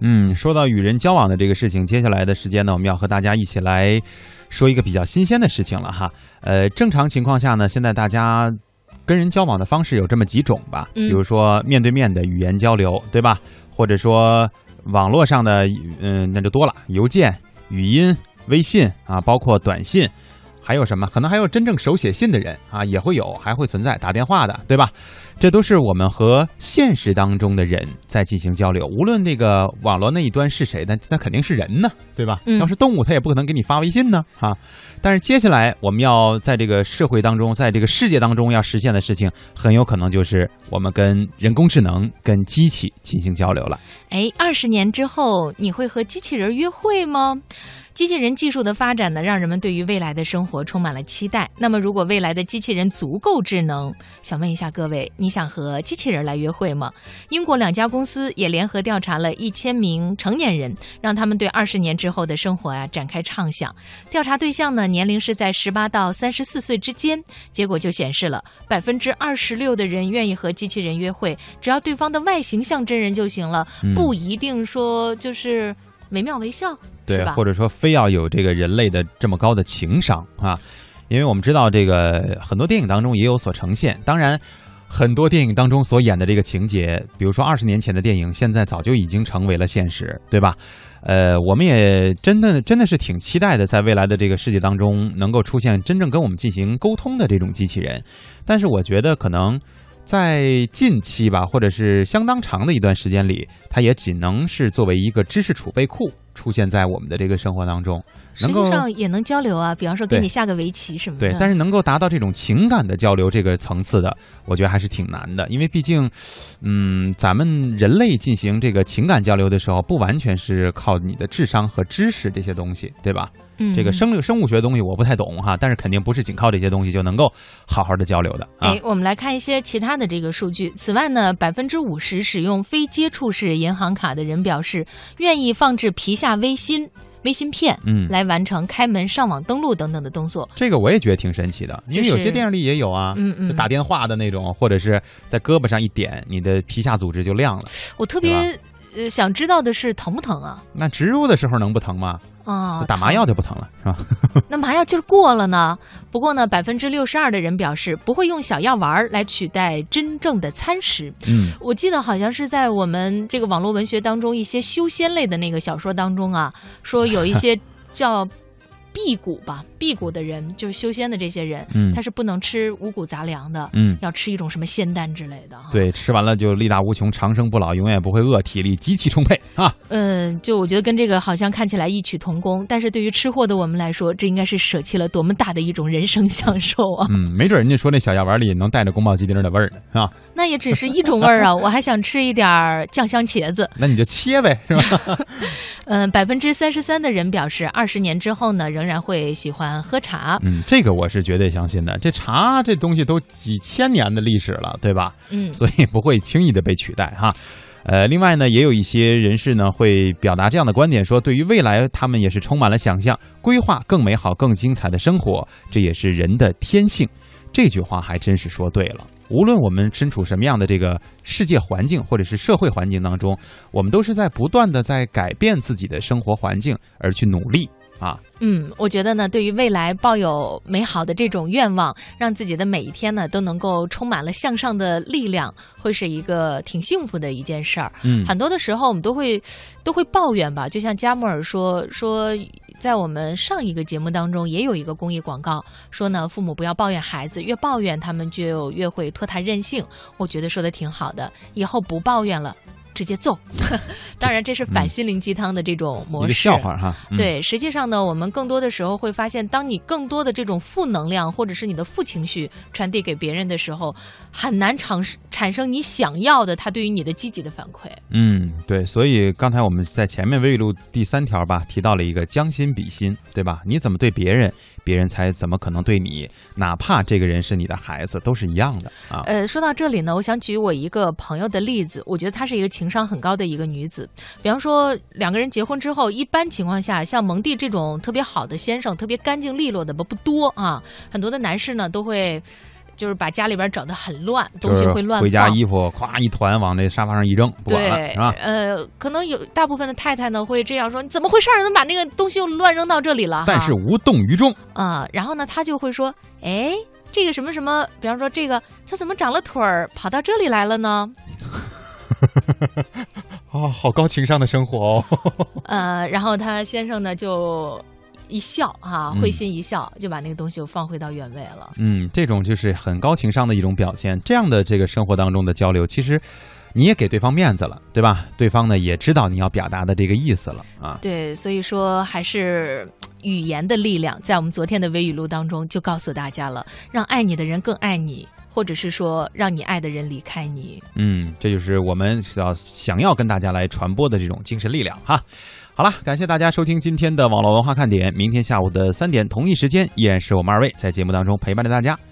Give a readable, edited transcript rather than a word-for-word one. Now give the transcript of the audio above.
说到与人交往的这个事情，接下来的时间呢，我们要和大家一起来说一个比较新鲜的事情了哈。正常情况下呢，现在大家跟人交往的方式有这么几种吧，比如说面对面的语言交流，对吧？或者说网络上的，那就多了，邮件、语音、微信啊，包括短信。还有什么？可能还有真正手写信的人啊，也会有，还会存在打电话的，对吧？这都是我们和现实当中的人在进行交流，无论那个网络那一端是谁，那肯定是人呢，对吧？要是动物，它也不可能给你发微信呢，啊！但是接下来我们要在这个社会当中，在这个世界当中要实现的事情，很有可能就是我们跟人工智能、跟机器进行交流了。 20年之后，你会和机器人约会吗？机器人技术的发展呢，让人们对于未来的生活充满了期待。那么，如果未来的机器人足够智能，想问一下各位，你想和机器人来约会吗？英国2家公司也联合调查了1000名成年人，让他们对20年之后的生活展开畅想。调查对象呢，年龄是在18到34岁之间。结果就显示了26%的人愿意和机器人约会，只要对方的外形像真人就行了，不一定说就是惟妙惟肖。 对，或者说非要有这个人类的这么高的情商啊，因为我们知道这个很多电影当中也有所呈现，当然很多电影当中所演的这个情节，比如说20年前的电影，现在早就已经成为了现实，对吧？我们也真的是挺期待的，在未来的这个世界当中能够出现真正跟我们进行沟通的这种机器人，但是我觉得可能在近期吧，或者是相当长的一段时间里，它也只能是作为一个知识储备库出现在我们的这个生活当中， 实际上也能交流啊，比方说给你下个围棋什么的。 对，但是能够达到这种情感的交流这个层次的，我觉得还是挺难的，因为毕竟，咱们人类进行这个情感交流的时候，不完全是靠你的智商和知识这些东西，对吧？这个生物学的东西我不太懂哈，但是肯定不是仅靠这些东西就能够好好的交流的啊。 我们来看一些其他的这个数据。此外呢，50%使用非接触式银行卡的人表示愿意放置皮下微芯片，来完成开门、上网、登录等等的动作。 这个我也觉得挺神奇的，因为有些电视里也有啊，就打电话的那种，或者是在胳膊上一点，你的皮下组织就亮了。 我特别想知道的是疼不疼啊？ 那植入的时候能不疼吗？打麻药就不疼了，是吧？ 那麻药就是过了呢。不过呢，62%的人表示不会用小药丸来取代真正的餐食。我记得好像是在我们这个网络文学当中，一些修仙类的那个小说当中啊，说有一些叫辟谷的人，就是修仙的这些人，他是不能吃五谷杂粮的，要吃一种什么仙丹之类的。 对，吃完了就力大无穷，长生不老，永远不会饿，体力极其充沛啊。 就我觉得跟这个好像看起来异曲同工，但是对于吃货的我们来说，这应该是舍弃了多么大的一种人生享受啊。 没准人家说那小药丸里能带着宫保鸡丁的味儿呢，是吧？ 那也只是一种味儿啊，我还想吃一点酱香茄子。 那你就切呗，是吧 ？33%的人表示20年之后呢，仍然会喜欢喝茶。 这个我是绝对相信的。这茶这东西都几千年的历史了，对吧？所以不会轻易的被取代哈。另外呢，也有一些人士呢会表达这样的观点，说对于未来他们也是充满了想象，规划更美好、更精彩的生活，这也是人的天性。这句话还真是说对了。无论我们身处什么样的这个世界环境或者是社会环境当中，我们都是在不断的在改变自己的生活环境而去努力啊。 我觉得呢，对于未来抱有美好的这种愿望，让自己的每一天呢都能够充满了向上的力量，会是一个挺幸福的一件事儿。很多的时候我们都会抱怨吧，就像加莫尔说，在我们上一个节目当中也有一个公益广告，说呢父母不要抱怨孩子，越抱怨他们就越会拖沓任性。我觉得说的挺好的，以后不抱怨了，直接揍。当然这是反心灵鸡汤的这种模式，一个笑话哈。 对，实际上呢，我们更多的时候会发现，当你更多的这种负能量或者是你的负情绪传递给别人的时候，很难产生你想要的他对于你的积极的反馈。 对，所以刚才我们在前面微语录第3条吧，提到了一个将心比心，对吧？你怎么对别人，别人才怎么可能对你，哪怕这个人是你的孩子，都是一样的啊。 说到这里呢，我想举我一个朋友的例子，我觉得她是一个情商很高的一个女子。比方说2个人结婚之后，一般情况下像蒙蒂这种特别好的先生，特别干净利落的不多啊，很多的男士呢都会就是把家里边整得很乱，东西会乱放。 回家衣服咵一团往这沙发上一扔，不管了，是吧？ 可能有大部分的太太呢会这样说：“你怎么回事？能把那个东西又乱扔到这里了？” 但是无动于衷然后呢，他就会说：“哎，这个什么什么，比方说这个，它怎么长了腿儿，跑到这里来了呢？” 好高情商的生活哦。 然后他先生呢就一笑会心一笑，就把那个东西又放回到原位了。 这种就是很高情商的一种表现。这样的这个生活当中的交流，其实你也给对方面子了，对吧？对方呢也知道你要表达的这个意思了啊。 对，所以说还是语言的力量，在我们昨天的微语录当中就告诉大家了，让爱你的人更爱你，或者是说让你爱的人离开你。这就是我们想要跟大家来传播的这种精神力量哈。好了，感谢大家收听今天的网络文化看点。明天下午的3点同一时间，依然是我们2位在节目当中陪伴着大家。